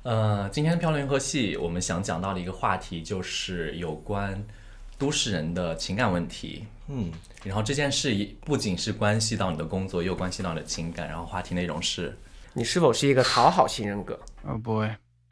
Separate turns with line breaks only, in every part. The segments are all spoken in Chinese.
今天漂流银河系我们想讲到的一个话题就是有关都市人的情感问题。然后这件事不仅是关系到你的工作，又关系到你的情感。然后话题内容是：
你是否是一个讨好型人格？
Oh boy。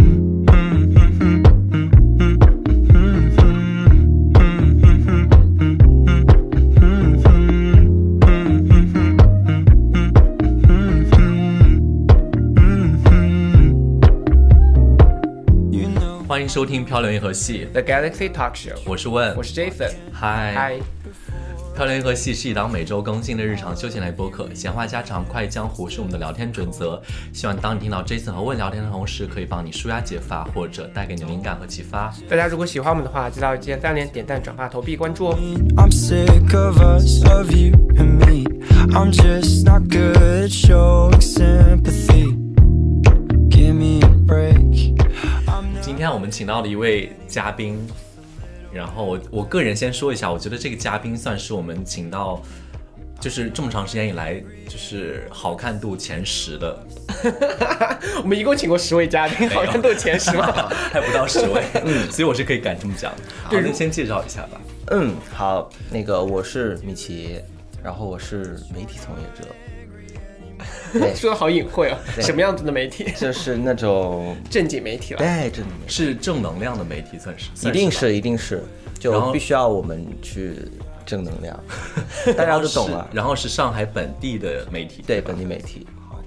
欢迎收听漂流银河系
The Galaxy Talk Show，
我是问，
我是 Jason。
嗨。漂流银河系是一档每周更新的日常休闲类播客，闲话家常、快意江湖是我们的聊天准则。希望当你听到 Jason 和问聊天的同时，可以帮你抒压解乏，或者带给你灵感和启发。
大家如果喜欢我们的话，记得记得3连点赞、转发、投币、关注哦。
I'm sick of us, of you and me. I'm just not good at showing sympathy. Give me a break.
今天我们请到了一位嘉宾，然后我个人先说一下，我觉得这个嘉宾算是我们请到就是这么长时间以来就是好看度前10的。
我们一共请过10位嘉宾，好看度前10吗？
还不到10位，所以我是可以敢这么讲。好，那先介绍一下吧。
好，我是米奇，然后我是媒体从业者。
说的好隐晦哦，什么样子的媒体？
就是那种
正经媒体了。
对，正经媒体
是正能量的媒体，算是
一定是，就必须要我们去正能量，大家都懂了。
然后是上海本地的媒体，
对，本地媒体。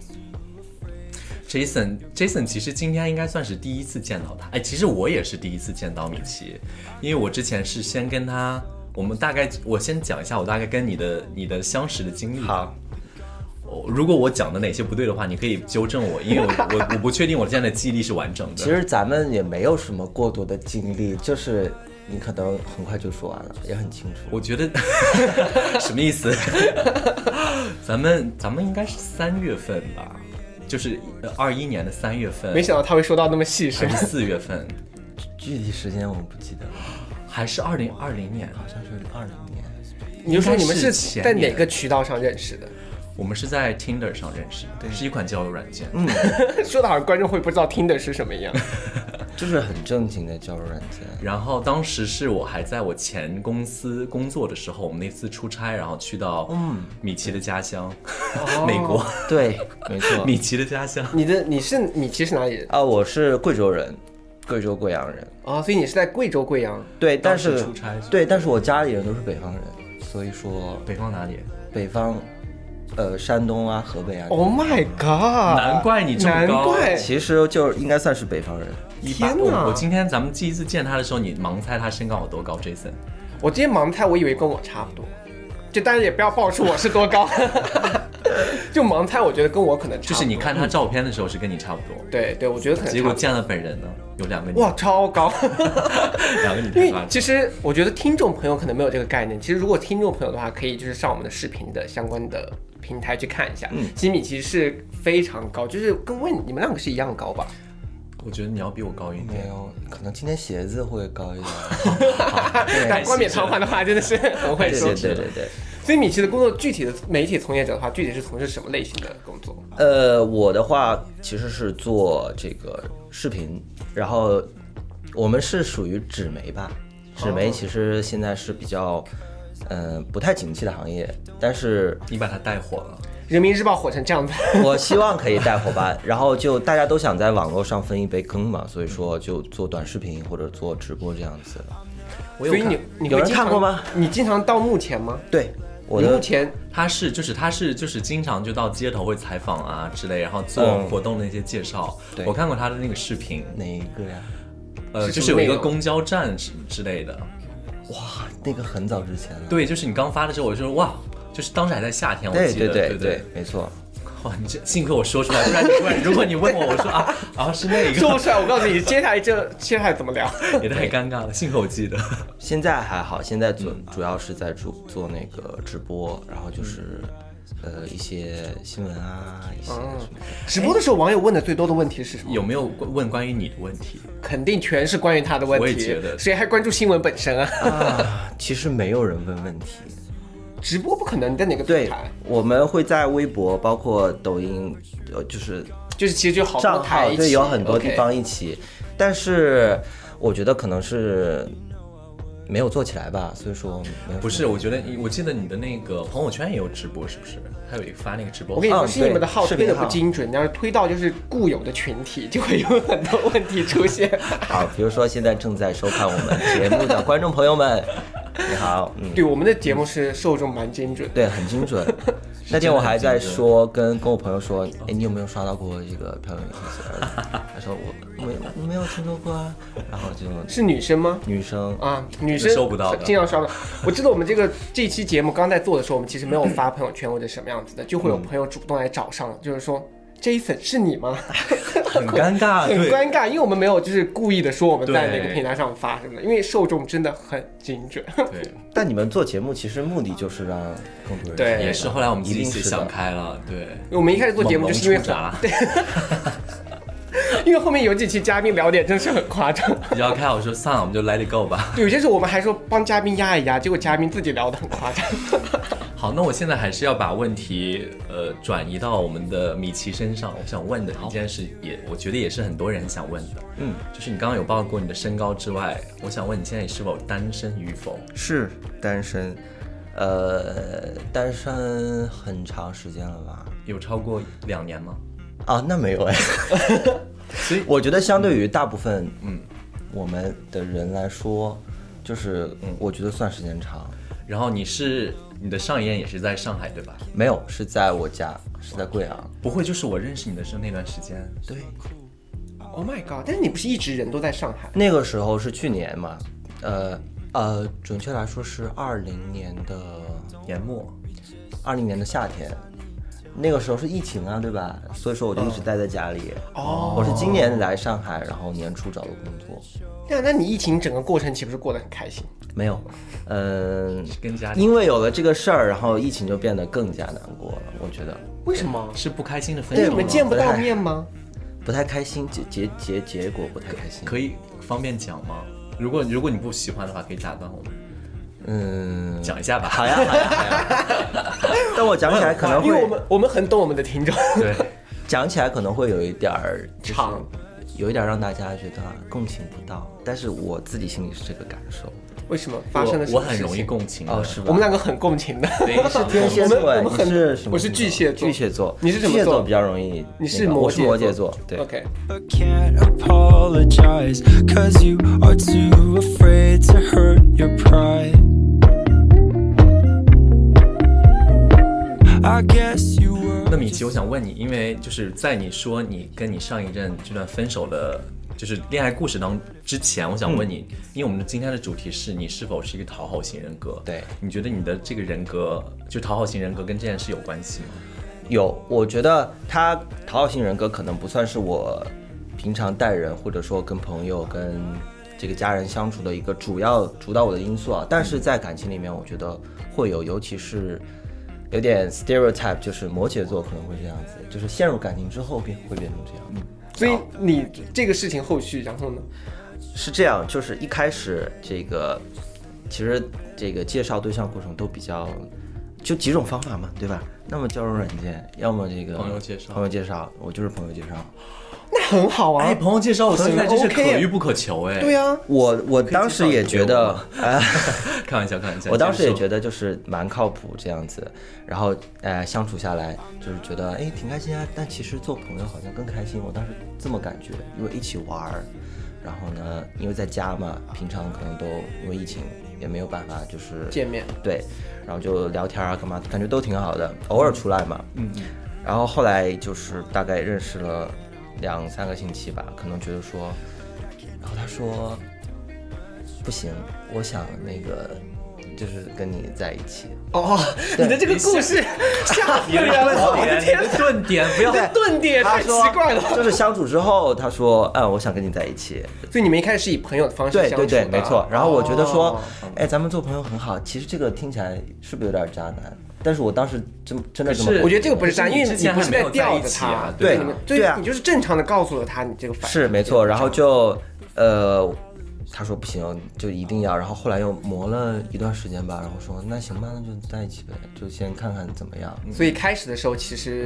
Jason 其实今天应该算是第一次见到他，其实我也是第一次见到米奇，因为我之前是先跟他，我先讲一下我大概跟你的相识的经历。
好。
如果我讲的哪些不对的话，你可以纠正我，因为我不确定我现在的记忆力是完整的。
其实咱们也没有什么过多的经历，就是你可能很快就说完了，也很清楚。
我觉得什么意思？咱们应该是3月份吧，就是21年的3月份。
没想到他会说到那么细，是
还是4月份？
具体时间我不记得了。
还是2020年？
好像是2020年。
你就说你们是在哪个渠道上认识的？
我们是在 Tinder 上认识，对，是一款交友软件。
说的好像观众会不知道 Tinder 是什么一样。
就是很正经的交友软件。
然后当时是我还在我前公司工作的时候，我们那次出差，然后去到米奇的家乡，美国。
对，没错，
米奇的家乡。
米奇是哪里人
啊？我是贵州人，贵州贵阳人。
哦，所以你是在贵州贵阳？
对，但是
出差。
对，但是我家里人都是北方人，所以说。
北方哪里？
北方。山东啊，河北啊。
Oh my god！
难怪你这么高。
难怪，
其实就应该算是北方人。
天哪！
我今天咱们第一次见他的时候，你盲猜他身高有多高 ，Jason？
我今天盲猜，我以为跟我差不多，就当然也不要爆出我是多高。就盲猜，我觉得跟我可能差不多。
就是你看他照片的时候是跟你差不多。
对，我觉得可能差不多。
结果见了本人呢，有2个女。
哇，超高
！2个女。
因为其实我觉得听众朋友可能没有这个概念。其实如果听众朋友的话，可以就是上我们的视频的相关的平台去看一下。其实米奇是非常高，就是跟你们2个是一样高吧？
我觉得你要比我高一点。
没有，可能今天鞋子会高一点。
但冠冕堂皇的话，真的是很会说。
对。
所以米奇的工作，具体的媒体从业者的话，具体是从事什么类型的工作？
我的话其实是做这个视频，然后我们是属于纸媒吧。纸媒其实现在是比较不太景气的行业，但是
你把它带火了。
人民日报火成这样子，
我希望可以带火吧。然后就大家都想在网络上分一杯羹嘛，所以说就做短视频或者做直播这样子。
所以你
有人看过吗？
你经常到幕前吗？
对，我
的幕前
他是经常就到街头会采访啊之类，然后做活动的那些介绍。我看过他的那个视频。
哪一个呀？
就是有一个公交站之类的。
哇，那个很早之前了。
对，就是你刚发的时候，我就说哇，就是当时还在夏天，我记得。
对，没错。
哇，你这幸亏我说出来，不然如果你问我，我说啊是那个
说不出来，我告诉你，接下来怎么聊，
也太尴尬了。幸亏我记得。
现在还好，现在主要是在做那个直播，然后就是一些新闻啊，一些什么。
直播的时候，网友问的最多的问题是什么？
有没有问关于你的问题？
肯定全是关于他的问题。
我也觉得，
谁还关注新闻本身啊？
其实没有人问问题。
直播不可能，你在哪个平台？
对，我们会在微博，包括抖音，就是
就是其实就好多
账号，
台一起，
对，有很多地
OK
方一起，但是我觉得可能是没有做起来吧，所以说没有。
不是，我记得你的那个朋友圈也有直播，是不是？还有一个发那个直播。
我跟你说，是你们的号推的
视频号
不精准，你要是推到就是固有的群体，就会有很多问题出现。
好，比如说现在正在收看我们节目的观众朋友们，你好，
对，我们的节目是受众蛮精准的。
对，很精准。那天我还在说，跟我朋友说，哎，你有没有刷到过这个漂亮女孩子？他说我没有听说过啊，然后就是
女生吗？
女生
啊，女生
收不到的，
经常刷不到。我记得我们这一期节目刚在做的时候，我们其实没有发朋友圈或者什么样子的，就会有朋友主动来找上，就是说。Jason 是你吗？
很尴尬，
很尴尬，因为我们没有就是故意的说我们在哪个
对
平台上发什么的，因为受众真的很精准。
对，
但你们做节目其实目的就是让更多人
对
也是后来我们自己
一定是的
想开了，对。
我们一开始做节目就是因为很对，因为后面有几期嘉宾聊点真是很夸张。
比较开，我说算了，我们就 let it go 吧。
对，有些时候我们还说帮嘉宾压一压，结果嘉宾自己聊得很夸张。
好，那我现在还是要把问题转移到我们的米奇身上。我想问的一件事我觉得也是很多人想问的，就是你刚刚有报过你的身高之外，我想问你现在是否单身与否？
是单身，单身很长时间了吧？
有超过2年吗？
啊，那没有哎。所以我觉得相对于大部分我们的人来说，就是我觉得算时间长。
然后你的上一任也是在上海对吧？
没有，是在我家，是在贵阳。
不会就是我认识你的时候那段时间？
对。
Oh my god！ 但是你不是一直人都在上海？
那个时候是去年嘛，准确来说是20年的
年末
，20年的夏天。那个时候是疫情啊，对吧？所以说我就一直待在家里。
哦，
我是今年来上海，然后年初找的工作。
那你疫情整个过程岂不是过得很开心？
没有，
跟家里
因为有了这个事儿，然后疫情就变得更加难过了。我觉得
为什么？
是不开心的分
因为
手吗？
你们见不到面吗？
不太开心，结果不太开心。
可以方便讲吗？如果你不喜欢的话，可以打断我们。讲一下吧。
好呀。但我讲起来可能会，
因为我们很懂我们的听众。
对，
讲起来可能会有一点儿
长，
有一点让大家觉得共情不到，但是我自己心里是这个感受。
为什么发生了什么事情？
我很容易共情
哦，是吧？
我们两个很共情的。
非常
天蝎座，
我们很
是什么？
我是巨蟹座。
巨蟹座，
你是什么座？
巨蟹座比较容易。
你是
我是摩羯
座。
座。对。
OK。
I can't apologize, 'cause you are too afraid to hurt your pride. I guess you were.
那米奇，我想问你，因为就是在你说你跟你上一任这段分手的，就是恋爱故事之前，我想问你，因为我们今天的主题是你是否是一个讨好型人格？
对，
你觉得你的这个人格，就讨好型人格跟这件事有关系吗？
有，我觉得他讨好型人格可能不算是我平常待人或者说跟朋友跟这个家人相处的一个主导我的因素啊，但是在感情里面，我觉得会有，尤其是有点 stereotype， 就是摩羯座可能会这样子，就是陷入感情之后会变成这样。
所以你这个事情后续，然后呢？
是这样，就是一开始其实这个介绍对象过程都比较，就几种方法嘛，对吧？那么交友软件，要么这个
朋友介绍，
我就是朋友介绍。
那很好啊！
哎，朋友介绍，我现在真是
OK
可遇不可求哎。
对啊，
我当时也觉得，
开玩笑。
我当时也觉得就是蛮靠谱这样子，然后相处下来就是觉得挺开心啊，但其实做朋友好像更开心。我当时这么感觉，因为一起玩，然后呢，因为在家嘛，平常可能都因为疫情也没有办法就是
见面，
对，然后就聊天啊干嘛，感觉都挺好的，偶尔出来嘛，然后后来就是大概认识了2-3个星期吧，可能觉得说，然后他说不行，我想那个就是跟你在一起。
哦，你的这个故事吓死人了！我的天，
顿点不要
顿点太奇怪了。
就是相处之后，他说，我想跟你在一起。
所以你们一开始是以朋友的方式相处的。
对，没错。然后我觉得说，咱们做朋友很好。其实这个听起来是不是有点渣男？但是我当时真的这么，
我觉得这个不是渣，因为你不是在吊着他，
对
你就是正常的告诉了他你这个反应。
是没错，然后就他说不行，就一定要，然后后来又磨了一段时间吧，然后说那行吧，那就在一起呗，就先看看怎么样。
所以开始的时候其实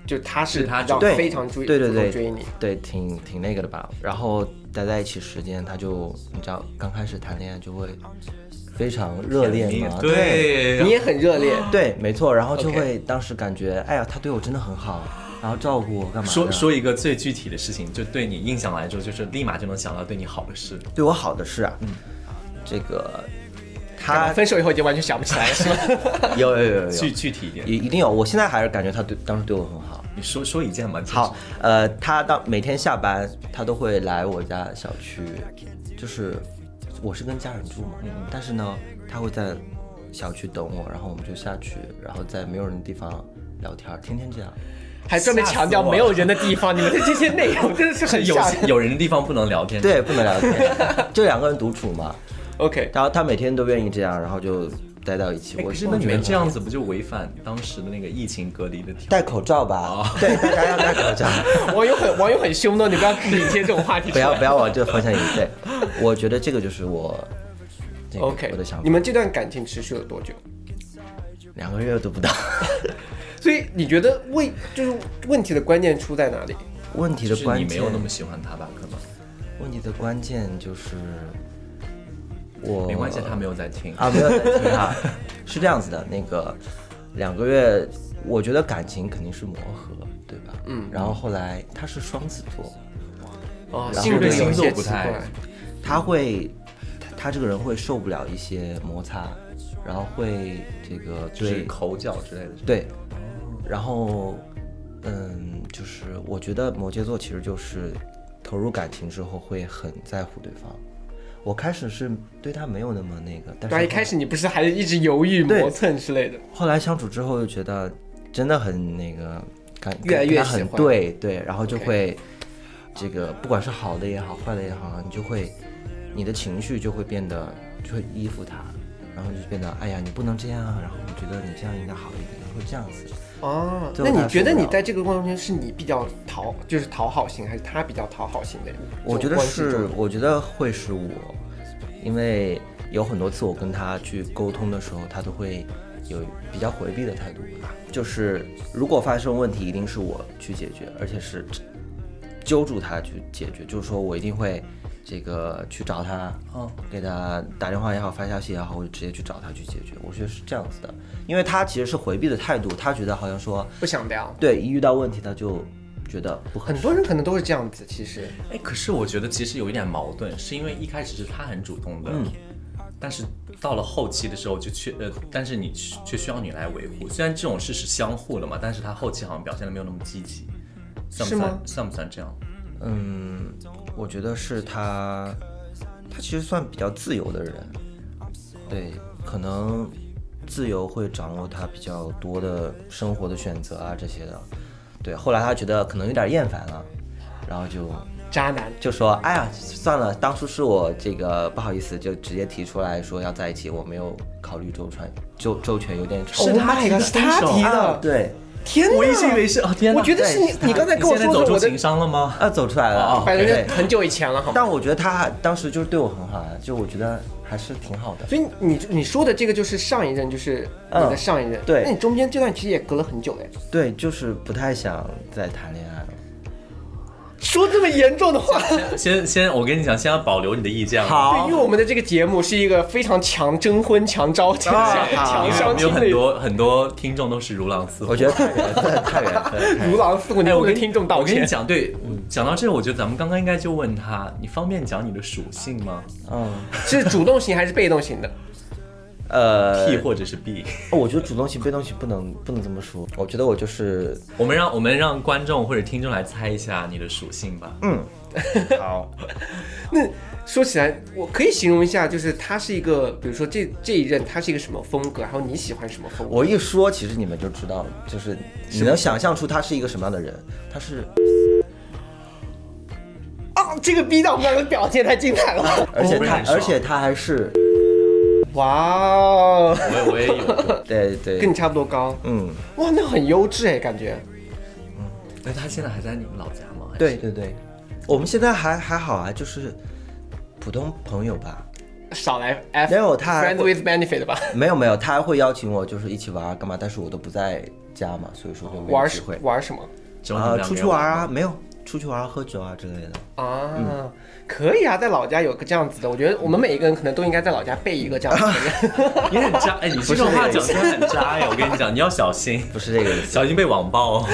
就他是
他
比较
对
非常追，
对对对
追你，
对，挺那个的吧。然后待在一起时间，他就你知道，刚开始谈恋爱就会非常热烈嘛，
对，
你也很热烈，
对，没错。然后就
OK
会当时感觉，哎呀，他对我真的很好，然后照顾我干嘛的？
说一个最具体的事情，就对你印象来说，就是立马就能想到对你好的事。
对我好的事啊，这个他
分手以后已经完全想不起来了，是吗？
有
具体一点，
一定有。我现在还是感觉他当时对我很好。
你说一件吧。
好，他每天下班他都会来我家小区，就是我是跟家人住嘛，但是呢，他会在小区等我，然后我们就下去，然后在没有人的地方聊天，天天这样。
还专门强调没有人的地方，你们的这些内容真的是很吓人。
有人的地方不能聊天，
对，不能聊天，就两个人独处嘛。
OK，
然后他每天都愿意这样，然后就待到一起。
可是那你们这样子不就违反当时的那个疫情隔离的条？
戴口罩吧，对，大家要戴口罩。
网友很凶的，你不要引接这种话题。
不要往这个方向引。对，我觉得这个就是我
OK
我的想法。
你们这段感情持续了多久
？2个月都不到。
所以你觉得就是问题的关键出在哪里？
问题的关键，
你没有那么喜欢他吧？可能。
问题的关键就是
没关系，他没有在听
啊，没有在听啊。是这样子的，那个2个月，我觉得感情肯定是磨合，对吧？然后后来他是双子座，
哦，
是不是星座不太？
他这个人会受不了一些摩擦，然后会这个
就是口角之类的。
对，然后就是我觉得摩羯座其实就是投入感情之后会很在乎对方。我开始是对他没有那么那个，但是
一开始你不是还一直犹豫磨蹭之类的，
后来相处之后就觉得真的很那个，
越来越
很对，然后就会这个不管是好的也好，坏的也好，你就会你的情绪就会变得就会依附他，然后就变得哎呀你不能这样啊，然后我觉得你这样应该好一点，会这样子。
哦，那你觉得你在这个过程中是你比较讨好型，还是他比较讨好型的？
我觉得会是我，因为有很多次我跟他去沟通的时候，他都会有比较回避的态度，就是如果发生问题，一定是我去解决，而且是揪住他去解决，就是说我一定会这个去找他，给他打电话也好，发消息也好，我就直接去找他去解决。我觉得是这样子的，因为他其实是回避的态度，他觉得好像说
不想聊，
对，一遇到问题他就觉得不合适。
很多人可能都是这样子，其实，
可是我觉得其实有一点矛盾，是因为一开始是他很主动的，但是到了后期的时候就但是你却需要你来维护。虽然这种事是相互的嘛，但是他后期好像表现的没有那么积极，
是吗？
算不算这样？
我觉得是他其实算比较自由的人，对，可能自由会掌握他比较多的生活的选择啊这些的，对。后来他觉得可能有点厌烦了，然后就
渣男
就说哎呀算了，当初是我这个不好意思，就直接提出来说要在一起，我没有考虑周全，有点
是他
提的，
对。
天哪！
我一直以为是天哪！
我觉得是你刚才跟我说
现在走出情伤了吗？
走出来了，
反正很久以前了，好吗？
但我觉得他当时就是对我很好，就我觉得还是挺好的。
所以你说的这个就是上一任，就是你的上一任。
对，
那你中间这段其实也隔了很久嘞。
对，就是不太想再谈恋爱了。
说这么严重的话，
先，我跟你讲，先要保留你的意见。
好，因为我们的这个节目是一个非常强征婚、强招、强相亲的，
有很多听众都是如狼似虎。
我觉得太缘分，
如狼似虎。你不跟听众道歉。
我跟你讲，对，讲到这个，我觉得咱们刚刚应该就问他，你方便讲你的属性吗？
是主动型还是被动型的
？P 或者是 B？
我觉得主动型、被动型不能这么说。我觉得我就是
我们让观众或者听众来猜一下你的属性吧。
好。
那说起来，我可以形容一下，就是他是一个，比如说这一任他是一个什么风格，然后你喜欢什么风格？
我一说，其实你们就知道了，就是你能想象出他是一个什么样的人。他是
这个逼到我们两个表现太精彩了，
而且他还是。
哇哦！
我也有，
对，
跟你差不多高，哇，那很优质哎，感觉，
那他现在还在你们老家吗？
对，我们现在还好啊，就是普通朋友吧。
少来
没有他
friend with benefit 吧？
没有，他还会邀请我，就是一起玩干嘛，但是我都不在家嘛，所以说就没有机会。
玩什么？
只有你们两个人
出去玩啊，没有出去玩喝酒啊之类的
啊。可以啊，在老家有个这样子的，我觉得我们每一个人可能都应该在老家备一个这样子的人。
你很渣，哎，你这种话讲起来很渣呀！我跟你讲，你要小心，
不是这个意思，
小心被网暴哦。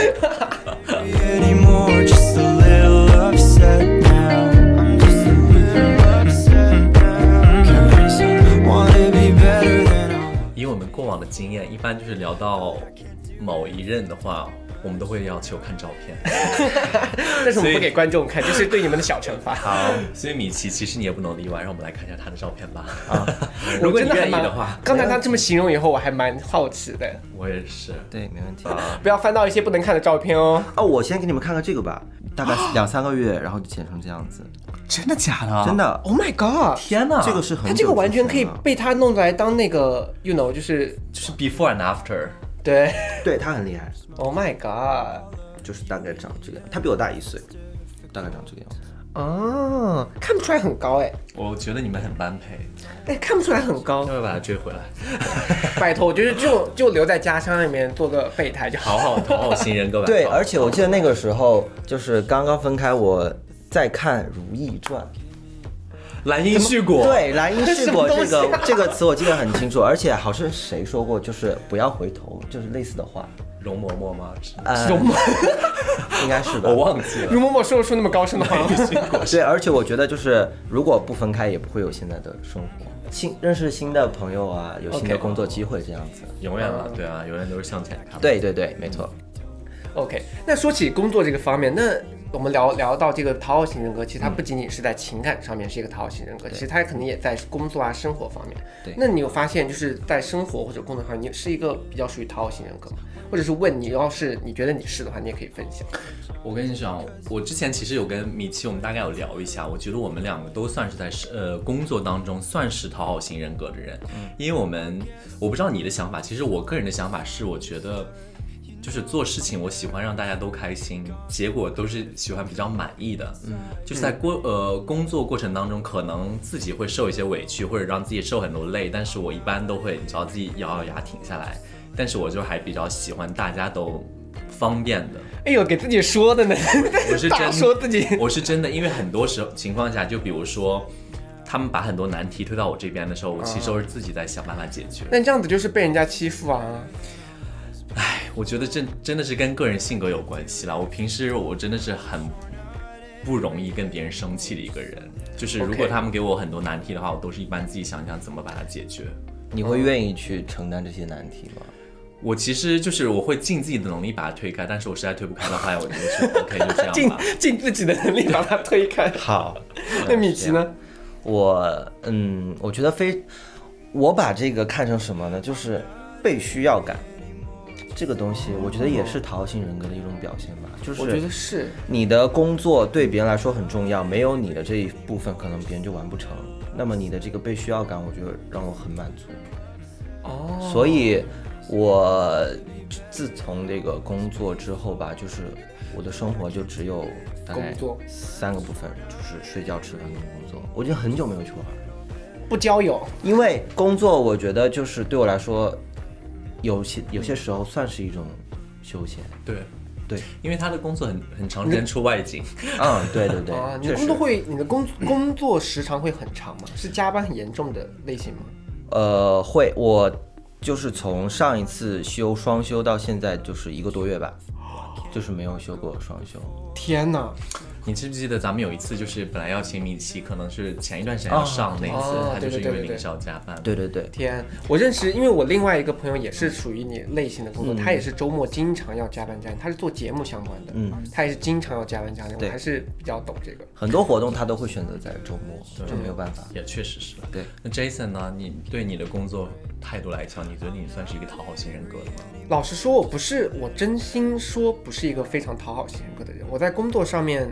anymore, just a little upset now. I'm just a little upset now. 'Cause I wanna be better than I.
以我们过往的经验，一般就是聊到某一任的话，我们都会要求看照片。
但是我们不给观众看，就是对你们的小惩罚。
好，所以米奇其实你也不能例外，让我们来看一下他的照片吧。
啊，
如果你
我真的还蛮
愿意的话，
刚才他这么形容以后，我还蛮好奇的。
我也是。
对，没问题。
不要翻到一些不能看的照片哦。
我先给你们看看这个吧，大概2-3个月，然后就剪成这样子，
真的假的？
真。的。
Oh my god！
天哪，
这个是很久
他这个完全可以
之前了
被他弄来当那个，you know，就是
before and after。
对。
对他很厉害，
Oh my god！
就是大概长这个，他比我大1岁，大概长这个样子。
啊，看不出来很高哎，
我觉得你们很般配，
哎，看不出来很高
要。不要把他追回来？
拜托，我觉得就留在家乡里面做个备胎就好。
好讨好型人格吧。
对，而且我记得那个时候就是刚刚分开，我在看《如懿传》。
蓝因絮果。
对，蓝因絮果
什么东西啊
这个词我记得很清楚，而且好像是谁说过，就是不要回头，就是类似的话。
容嬷嬷吗？
容嬷
应该是吧？
我忘记了。
容嬷嬷说得出那么高深的话吗？
对，而且我觉得就是如果不分开，也不会有现在的生活，认识新的朋友啊，有新的
OK
工作机会这样子。
永远了，对啊，永远都是向前看。
对对对，没错。
OK，那说起工作这个方面，那我们聊到这个讨好型人格，其实它不仅仅是在情感上面是一个讨好型人格，其实它可能也在工作啊、生活方面。
对，
那你有发现就是在生活或者工作上，你是一个比较属于讨好型人格吗？或者是问你，要是你觉得你是的话，你也可以分享。
我跟你讲，我之前其实有跟米奇，我们大概有聊一下，我觉得我们两个都算是在工作当中算是讨好型人格的人，因为我不知道你的想法，其实我个人的想法是，我觉得。就是做事情，我喜欢让大家都开心，结果都是喜欢比较满意的。就是在工作过程当中，可能自己会受一些委屈，或者让自己受很多累，但是我一般都会，你知道自己咬咬牙挺下来。但是我就还比较喜欢大家都方便的。
哎呦，给自己说的呢，
我是真
说自己，
我是真的，因为很多情况下，就比如说。他们把很多难题推到我这边的时候，我其实都是自己在想办法解决。
那这样子就是被人家欺负啊！
唉，我觉得真的是跟个人性格有关系啦。我平时我真的是很不容易跟别人生气的一个人，就是如果他们给我很多难题的话，我都是一般自己想想怎么把它解决。
你会愿意去承担这些难题吗？
我其实就是我会尽自己的能力把它推开，但是我实在推不开的话，我就去 OK 就这样吧。
尽自己的能力把它推开。
好，
那米奇呢？
我觉得我把这个看成什么呢？就是被需要感。这个东西，我觉得也是讨好型人格的一种表现吧。就是
我觉得是
你的工作对别人来说很重要，没有你的这一部分，可能别人就完不成。那么你的这个被需要感，我觉得让我很满足。
哦，
所以我自从这个工作之后吧，就是我的生活就只有大概
工作
3个部分，就是睡觉、吃饭跟工作。我已经很久没有去玩了，
不交友，
因为工作我觉得就是对我来说，有些时候算是一种休闲。对，
因为他的工作很长时间出外景。
对对对。
啊，你的工作你的工作时长会很长吗？是加班很严重的类型吗？
会，我就是从上一次休双休到现在就是1个多月吧，就是没有休过双休。
天哪！
你记不记得咱们有一次就是本来要请米奇，可能是前一段时间要上那一次，他就是因为临时要加班。
对对对。
天，因为我另外一个朋友也是属于你类型的工作，他也是周末经常要加班加点，他是做节目相关的，他也是经常要加班加点，我还是比较懂这个。
很多活动他都会选择在周末，就没有办法。
也确实是。
对。
那 Jason 呢？你对你的工作态度来讲，你觉得你算是一个讨好型人格的吗？
老实说，我真心说不是一个非常讨好型人格的人。我在工作上面，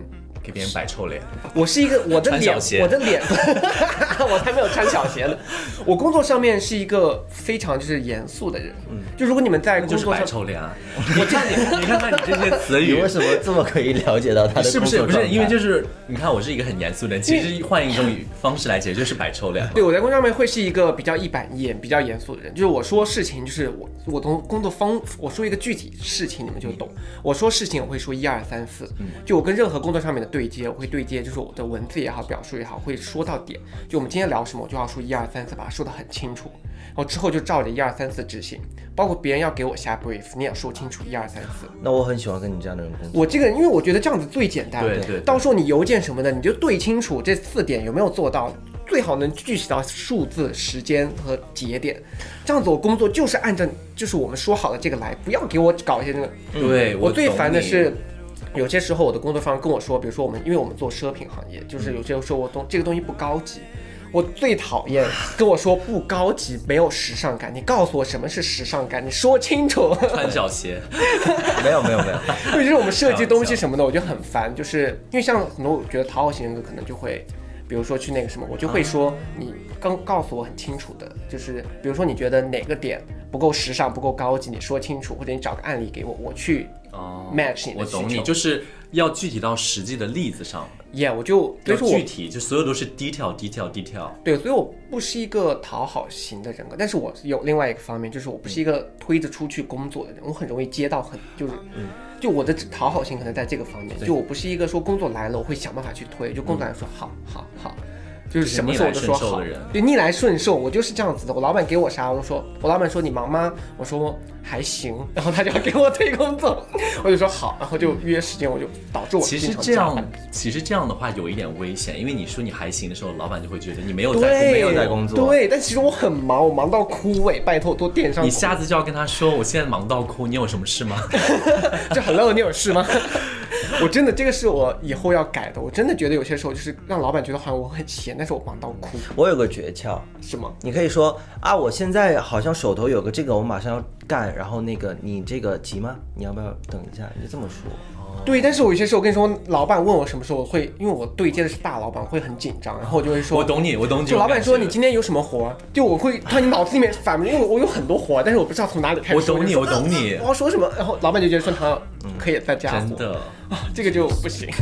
给别人摆臭脸。
我是一个我的脸，我才没有穿小鞋呢。我工作上面是一个非常就是严肃的人，就如果你们在工作上
就是摆臭脸啊，我看你看看你这些词语，
你为什么这么可以了解到他的
是不是？
工作状态？
因为就是你看我是一个很严肃的人，其实换一种方式来解释就是摆臭脸。
对，我在工作上面会是一个比较一板一眼、比较严肃的人，就是我说事情就是我从工作我说一个具体事情你们就懂，我说事情我会说1、2、3、4，就我跟任何工作上面的对接，我会对接，就是我的文字也好，表述也好，会说到点。就我们今天聊什么，我就要说1、2、3、4，把它说得很清楚，然后之后就照着1、2、3、4执行。包括别人要给我下 brief， 你也要说清楚1、2、3、4。
那我很喜欢跟你这样的人工作。
我这个人，因为我觉得这样子最简单。
对，
到时候你邮件什么的，你就对清楚这4点有没有做到。最好能具体到数字、时间和节点，这样子我工作就是按照就是我们说好的这个来，不要给我搞一些那个。
对，
我最烦的是，有些时候我的工作方跟我说，比如说因为我们做奢品行业，就是有些时候这个东西不高级，我最讨厌跟我说不高级，没有时尚感。你告诉我什么是时尚感，你说清楚。
穿小鞋，
没有。因为就是我们设计东西什么的，我就很烦，就是因为像很多我觉得讨好型人格可能就会。比如说去那个什么，我就会说你刚告诉我很清楚的，就是比如说你觉得哪个点不够时尚、不够高级，你说清楚，或者你找个案例给我，我去 match 你的需求。
我懂你，就是要具体到实际的例子上。
我就
要具体，就所有都是 detail。
对，所以我不是一个讨好型的人格，但是我有另外一个方面，就是我不是一个推着出去工作的人，我很容易接到就我的讨好性可能在这个方面，就我不是一个说工作来了我会想办法去推，就工作来说好，就是什么时候我都说好，对，逆来顺受，我就是这样子的。我老板给我啥，我都说，我老板说你忙吗？我说还行，然后他就要给我推工作，我就说好，然后就约时间，我就导致我
其实这样的话有一点危险，因为你说你还行的时候，老板就会觉得你没有在工作。
对，但其实我很忙，我忙到枯萎，拜托多垫上。
你下次就要跟他说，我现在忙到哭，你有什么事吗？
就 Hello， 你有事吗？我真的这个是我以后要改的。我真的觉得有些时候就是让老板觉得好像我很闲，但是我忙到哭。
我有个诀窍，
是吗？
你可以说啊，我现在好像手头有个这个，我马上要干，然后那个你这个急吗？你要不要等一下？你就这么说。
对，但是我有些时候跟你说，老板问我什么时候会，因为我对接的是大老板，会很紧张，然后我就会说，
我懂你。
就老板说你今天有什么活，就我会突然脑子里面反，因为我有很多活，但是我不知道从哪里开始。
我懂你。我
要说什么，然后老板就觉得说他可以再加活。
真的
这个就不行。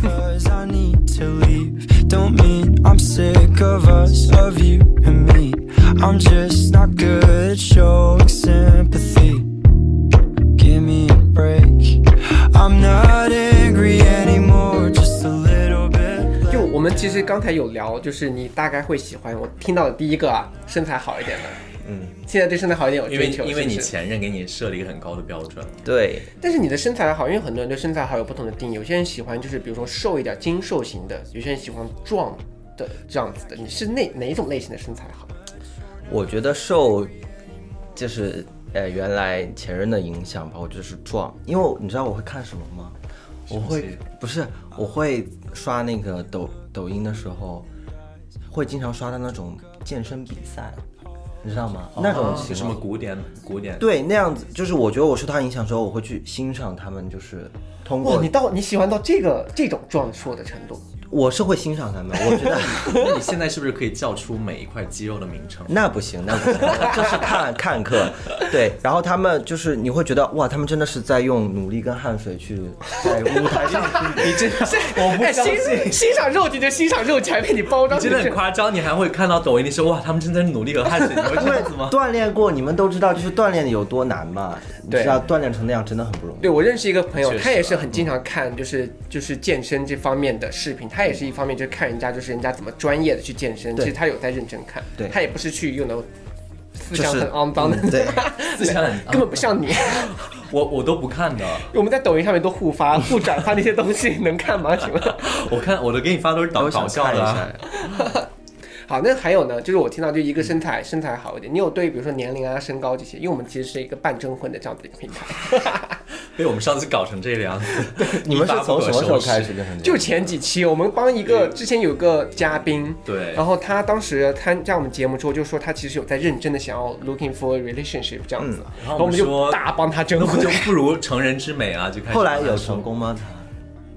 就我们其实刚才有聊，就是你大概会喜欢我听到的第一个身材好一点的。现在对身材好一点有追求，
因为你前任给你设了一个很高的标准。
对，
但是你的身材好，因为很多人对身材好有不同的定义，有些人喜欢就是比如说瘦一点、精瘦型的，有些人喜欢壮的这样子的。你是哪一种类型的身材好？
我觉得瘦就是原来前任的影响吧，我觉得是壮，因为你知道我会看什么吗？我会刷那个抖音的时候，会经常刷到那种健身比赛。你知道吗？那种
什么古典
对，那样子就是我觉得我受他影响之后，我会去欣赏他们，就是通过
你喜欢到这种壮硕的程度。
我是会欣赏他们，我觉得。
那你现在是不是可以叫出每一块肌肉的名称？
那不行，就是看课。对，然后他们就是你会觉得哇，他们真的是在用努力跟汗水去在舞台上。
你真的，我不相信。
欣赏肉体就欣赏肉体，还被你包装。
你真的很夸张，你还会看到抖音的时候，哇，他们正在努力和汗水，你会这样子吗？
锻炼过，你们都知道，就是锻炼有多难嘛。你知道锻炼成那样真的很不容易。
对，我认识一个朋友，他也是很经常看，就是健身这方面的视频。他也是一方面就是看人家怎么专业的去健身，其实他有在认真看，
对，
他也不是去用的思想很肮脏的，
对，
思想根本不像你，
我都不看的。
我们在抖音上面都互转发那些东西，能看吗？请问？
我都给你发都是搞笑的啊。
好，那还有呢，就是我听到就一个身材好一点，你有对比如说年龄啊、身高这些，因为我们其实是一个半征婚的这样子一个平台。
被我们上次搞成这个样子。
你们是从什么时候开始变成这样？
就前几期我们帮之前有个嘉宾，
对，
然后他当时参加我们节目之后就说他其实有在认真的想要 looking for a relationship 这样子，
然后我们
就大帮他征婚，
那不就不如成人之美啊，就开始。
后来有成功吗？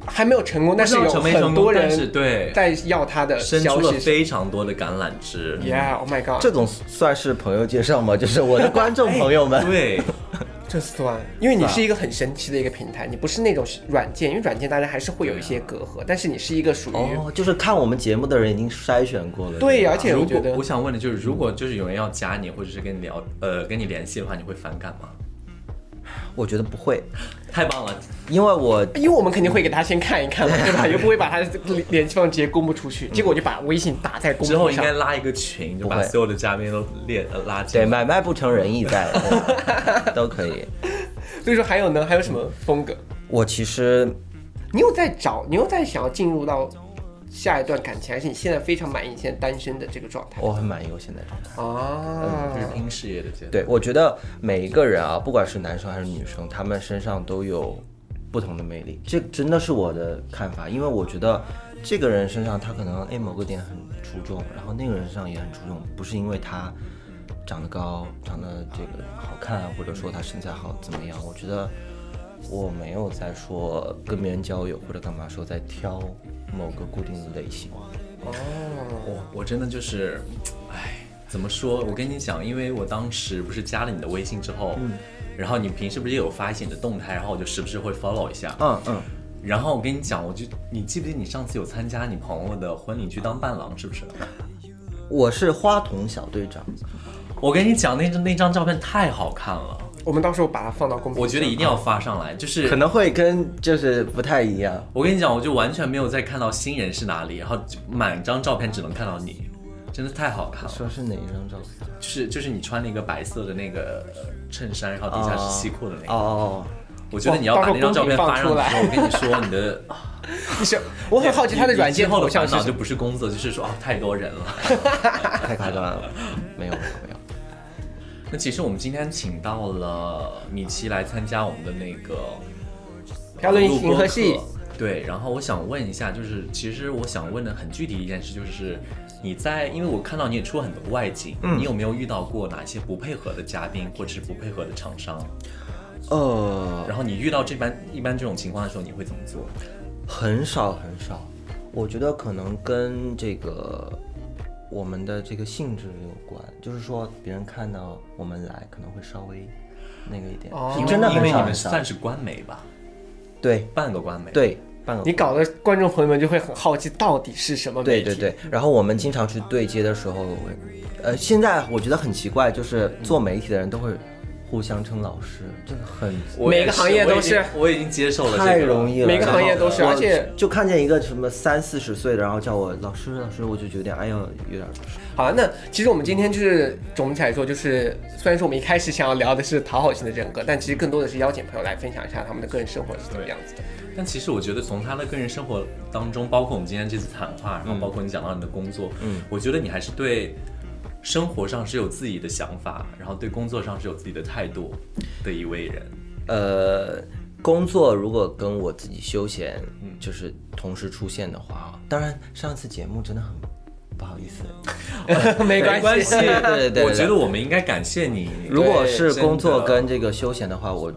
还没有成功，但是有
成没成功，
很多
但是
人
对
在要他的
伸出
消息。
了非常多的橄榄枝。
Yeah，Oh my god，
这种算是朋友介绍吗？就是我的观众朋友们。
对，
这算，因为你是一个很神奇的一个平台，你不是那种软件，因为软件大家还是会有一些隔阂，但是你是一个属于
哦，就是看我们节目的人已经筛选过了。
对，而且我
如
觉得
果我想问的就是，如果就是有人要加你，或者是跟你聊，跟你联系的话，你会反感吗？
我觉得不会，
太棒了，
因为
我们肯定会给他先看一看嘛，对吧？又不会把他联系方式直接公布出去，结果我就把微信打在公
之后
布上。
应该拉一个群，就把
不会
所有的嘉宾都拉进
对
来。
买卖不成仁义在，对都可以。
所以说还有呢，还有什么风格？
我其实
你有在想要进入到下一段感情，还是你现在非常满意现在单身的这个状态？
我很满意我现在状态。
啊，
就是拼事业的阶段。
对，我觉得每一个人啊，不管是男生还是女生，他们身上都有不同的魅力，这真的是我的看法。因为我觉得这个人身上他可能某个点很出众，然后那个人身上也很出众，不是因为他长得高、长得这个好看，或者说他身材好怎么样。我觉得我没有在说跟别人交友或者干嘛说在挑某个固定的类型。
我真的就是，怎么说？我跟你讲，因为我当时不是加了你的微信之后，然后你平时不是也有发一些你的动态，然后我就时不时会 follow 一下，然后我跟你讲，你记不记得你上次有参加你朋友的婚礼去当伴郎，是不是？
我是花童小队长。
我跟你讲，那张照片太好看了，
我们到时候把它放到公屏上。
我觉得一定要发上来，就是
可能会跟就是不太一样。
我跟你讲，我就完全没有再看到新人是哪里，然后满张照片只能看到你，真的太好看了。
说是哪一张照片？
就是你穿了一个白色的那个衬衫，然后底下是西裤的那个。
哦，
我觉得你要把那张照片发上去，我跟你说你的。
我很好奇他的软件
后的
头像是
烦恼就不是工作，就是说太多人了，
太夸张了。没有。
那其实我们今天请到了米奇来参加我们的那个
漂亮银河系。
对，然后我想问一下，就是其实我想问的很具体一件事，就是你因为我看到你也出了很多外景，你有没有遇到过哪些不配合的嘉宾或者是不配合的厂商？然后你遇到一般这种情况的时候，你会怎么做？
很少。我觉得可能跟这个我们的这个性质有关，就是说别人看到我们来可能会稍微那个一点，真的
因为你们
很少。
算是官媒吧？
对，
半个官媒。
对，半个。
你搞得观众朋友们就会很好奇，到底是什么媒体？
对。然后我们经常去对接的时候，现在我觉得很奇怪，就是做媒体的人都会互相称老师，这个很
每个行业都是，
我已经接受了这个，
太容易了。
每个行业都是，而且
就看见一个什么30-40岁的，然后叫我老师，我就觉得有点。
好，那其实我们今天就是总体来说，就是虽然说我们一开始想要聊的是讨好型的人格，但其实更多的是邀请朋友来分享一下他们的个人生活是怎么样子的。
但其实我觉得从他的个人生活当中，包括我们今天这次谈话，然后包括你讲到你的工作，我觉得你还是对生活上是有自己的想法，然后对工作上是有自己的态度的一位人。
工作如果跟我自己休闲就是同时出现的话，当然上次节目真的很不好意思。
没关系，
对，
我觉得我们应该感谢你。
如果是工作跟这个休闲的话，我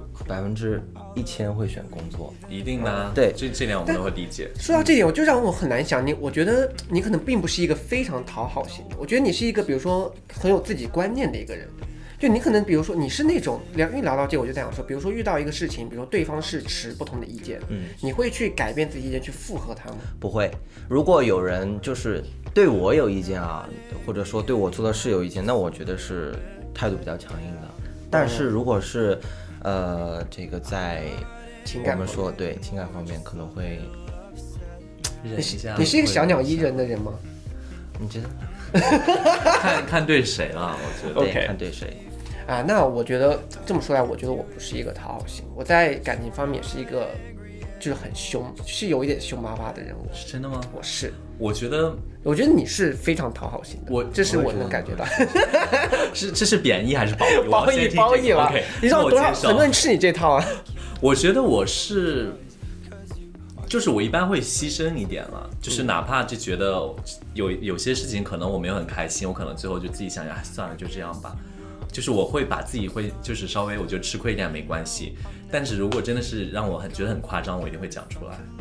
1000%会选工作，
一定的。
对，
这点我们都会理解。
说到这点，我就让我很难想我觉得你可能并不是一个非常讨好型的，我觉得你是一个比如说很有自己观念的一个人。就你可能比如说你是那种因为聊到这个我就在想说，比如说遇到一个事情，比如说对方是持不同的意见，你会去改变自己意见去附和他吗？
不会。如果有人就是对我有意见啊，或者说对我做的事有意见，那我觉得是态度比较强硬的。但是如果是这个在
情感
我们说对情感方面可能会
忍一下。
你是一个小鸟依人的人吗？
你觉得？
看
对谁了？我觉得
，OK，
看对谁。
啊，那我觉得这么说来，我觉得我不是一个讨好型，我在感情方面也是一个，就是很凶，是有一点凶巴巴的人物。
是真的吗？
我是，
我觉得
你是非常讨好型的，这是我能感觉到。
这是贬义还是褒义？
褒义了。
Okay，
你知道多少很多人吃你这套啊？
我觉得我是。就是我一般会牺牲一点了，就是哪怕就觉得有些事情可能我没有很开心，我可能最后就自己想想，算了，就这样吧。就是我会把自己就是稍微我觉得吃亏一点没关系，但是如果真的是让我觉得很夸张，我一定会讲出来。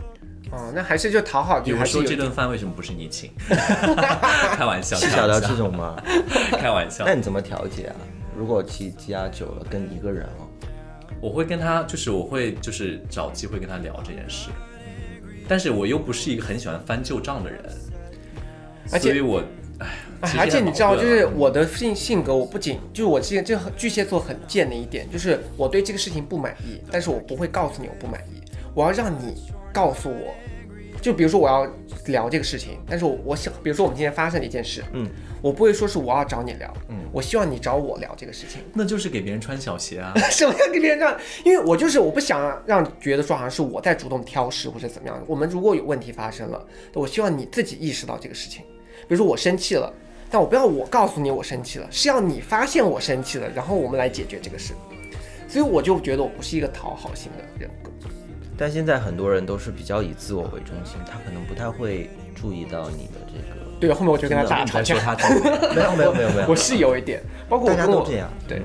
哦，那还是就讨好，
比如
还是有
说这顿饭为什么不是你请？开玩笑，
是想到这种吗？
开玩笑。
那你怎么调节啊？如果积压久了，跟一个人
我会跟他，我会找机会跟他聊这件事，但是我又不是一个很喜欢翻旧账的人，
而且
所以我，
而且你知道，就是我的性格，我不仅就是我这巨蟹座很贱的一点，就是我对这个事情不满意，但是我不会告诉你我不满意，我要让你告诉我。就比如说我要聊这个事情，但是我想，比如说我们今天发生了一件事，我不会说是我要找你聊，我希望你找我聊这个事情。
那就是给别人穿小鞋啊！
什么叫给别人让？因为我不想让觉得说好像是我在主动挑事或者怎么样。我们如果有问题发生了，我希望你自己意识到这个事情。比如说我生气了，但我不要我告诉你我生气了，是要你发现我生气了，然后我们来解决这个事。所以我就觉得我不是一个讨好型的人格。
但现在很多人都是比较以自我为中心，他可能不太会注意到你的这个。
对，后面我就跟他大吵架。
说他
没有，
我是有一点，包括我
大家都这样。
对，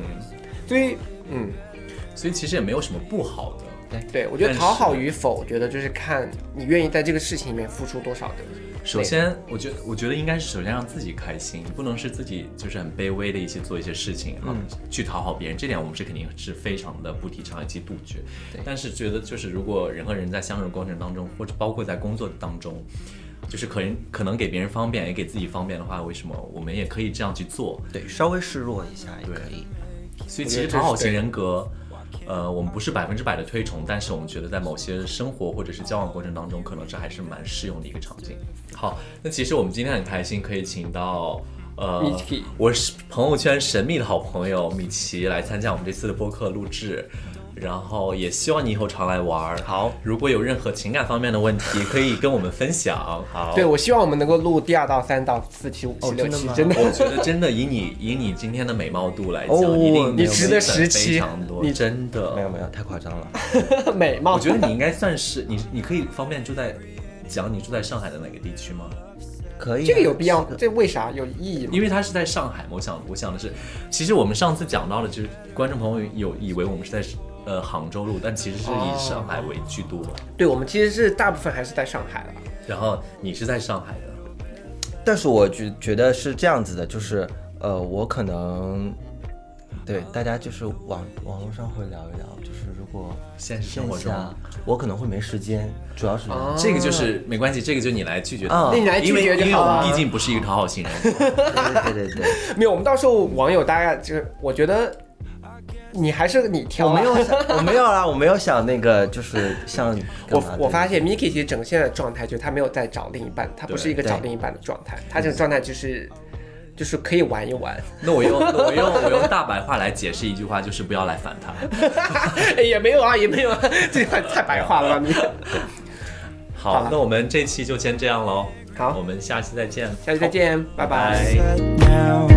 所以其实也没有什么不好的。
对，我觉得讨好与否，我觉得就是看你愿意在这个事情里面付出多少的。
首先，我觉得应该是首先让自己开心，不能是自己很卑微的做一些事情，然后去讨好别人。这点我们肯定是非常的不提倡以及杜绝。但是觉得如果人和人在相处过程当中，或者包括在工作当中，可能给别人方便，也给自己方便的话，为什么我们也可以这样去做？
对，稍微示弱一下也可以。
所以其实讨好型人格。我们不是100%的推崇，但是我们觉得在某些生活或者是交往过程当中，可能这还是蛮适用的一个场景。好，那其实我们今天很开心可以请到我是朋友圈神秘的好朋友米奇来参加我们这次的播客录制。然后也希望你以后常来玩。
好，
如果有任何情感方面的问题，可以跟我们分享。好，
对，我希望我们能够录第2到3到4期、5期、6期，真的，
我觉得真的以你今天的美貌度来讲，一定
你值得10
期，非常多，你真的
没有，太夸张了。
美貌，
我觉得你应该算是你可以方便讲你住在上海的哪个地区吗？
可以，
这个有必要？这为啥有意义吗？
因为他是在上海，我想的是，其实我们上次讲到的，就是观众朋友以为我们是在杭州录，但其实是以上海为居多。
对，我们其实是大部分还是在上海了。
然后你是在上海的，
但是我觉得是这样子的，就是我可能对大家就是网络上会聊一聊，就是如果
现实生活中
我可能会没时间，主要是
这个就是没关系，这个就你来拒绝
他，你来拒绝就好了，
因为我们毕竟不是一个讨好型人。
对，
没有，我们到时候网友大概就是我觉得。你还是你挑，
我没有啊，我没有想那个，就是像
我发现 Miki 其实整个现在的状态就是他没有在找另一半，他不是一个找另一半的状态，他这个状态就是可以玩一玩。
那我用大白话来解释一句话，就是不要来烦他。
也没有啊，这句话太白话了吧你。
好，那我们这期就先这样喽。
好，
我们下期再见。
拜拜。